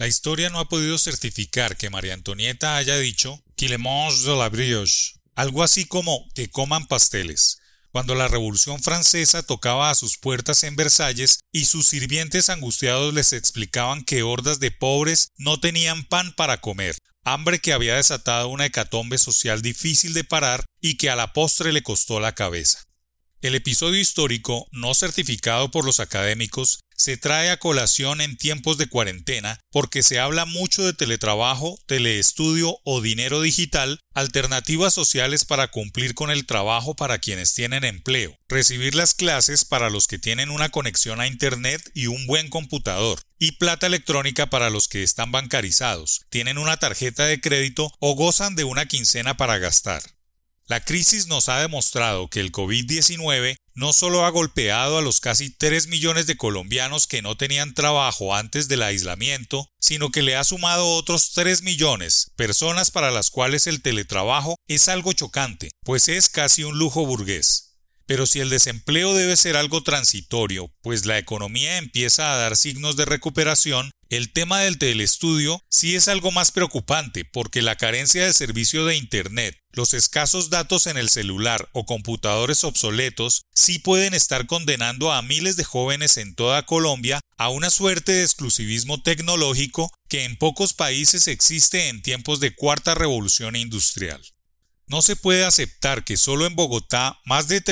La historia no ha podido certificar que María Antonieta haya dicho «qu'il mange de la brioche», algo así como «que coman pasteles», cuando la Revolución Francesa tocaba a sus puertas en Versalles y sus sirvientes angustiados les explicaban que hordas de pobres no tenían pan para comer, hambre que había desatado una hecatombe social difícil de parar y que a la postre le costó la cabeza. El episodio histórico, no certificado por los académicos, se trae a colación en tiempos de cuarentena porque se habla mucho de teletrabajo, teleestudio o dinero digital, alternativas sociales para cumplir con el trabajo para quienes tienen empleo, recibir las clases para los que tienen una conexión a internet y un buen computador, y plata electrónica para los que están bancarizados, tienen una tarjeta de crédito o gozan de una quincena para gastar. La crisis nos ha demostrado que el COVID-19 no solo ha golpeado a los casi 3 millones de colombianos que no tenían trabajo antes del aislamiento, sino que le ha sumado otros 3 millones, personas para las cuales el teletrabajo es algo chocante, pues es casi un lujo burgués. Pero si el desempleo debe ser algo transitorio, pues la economía empieza a dar signos de recuperación, el tema del teleestudio sí es algo más preocupante porque la carencia de servicio de Internet, los escasos datos en el celular o computadores obsoletos sí pueden estar condenando a miles de jóvenes en toda Colombia a una suerte de exclusivismo tecnológico que en pocos países existe en tiempos de cuarta revolución industrial. No se puede aceptar que solo en Bogotá más de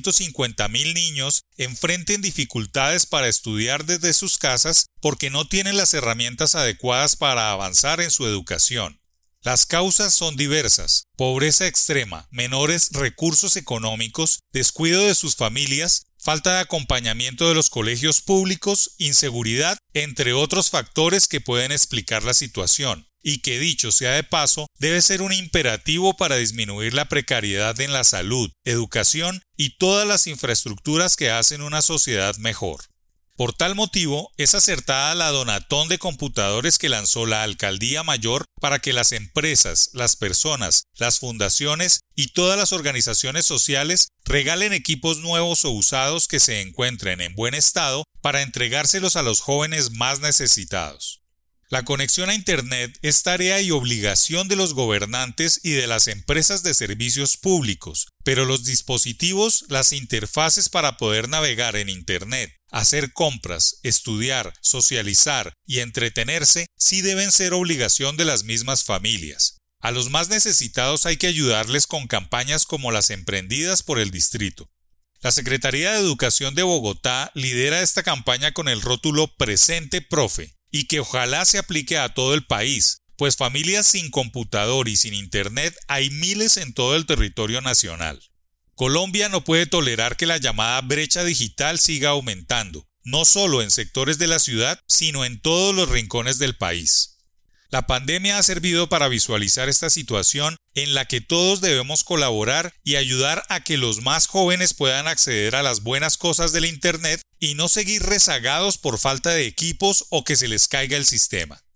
350.000 niños enfrenten dificultades para estudiar desde sus casas porque no tienen las herramientas adecuadas para avanzar en su educación. Las causas son diversas: pobreza extrema, menores recursos económicos, descuido de sus familias, falta de acompañamiento de los colegios públicos, inseguridad, entre otros factores que pueden explicar la situación. Y que, dicho sea de paso, debe ser un imperativo para disminuir la precariedad en la salud, educación y todas las infraestructuras que hacen una sociedad mejor. Por tal motivo, es acertada la donatón de computadores que lanzó la Alcaldía Mayor para que las empresas, las personas, las fundaciones y todas las organizaciones sociales regalen equipos nuevos o usados que se encuentren en buen estado para entregárselos a los jóvenes más necesitados. La conexión a Internet es tarea y obligación de los gobernantes y de las empresas de servicios públicos, pero los dispositivos, las interfaces para poder navegar en Internet, hacer compras, estudiar, socializar y entretenerse sí deben ser obligación de las mismas familias. A los más necesitados hay que ayudarles con campañas como las emprendidas por el distrito. La Secretaría de Educación de Bogotá lidera esta campaña con el rótulo Presente Profe, y que ojalá se aplique a todo el país, pues familias sin computador y sin internet hay miles en todo el territorio nacional. Colombia no puede tolerar que la llamada brecha digital siga aumentando, no solo en sectores de la ciudad, sino en todos los rincones del país. La pandemia ha servido para visualizar esta situación en la que todos debemos colaborar y ayudar a que los más jóvenes puedan acceder a las buenas cosas del Internet y no seguir rezagados por falta de equipos o que se les caiga el sistema.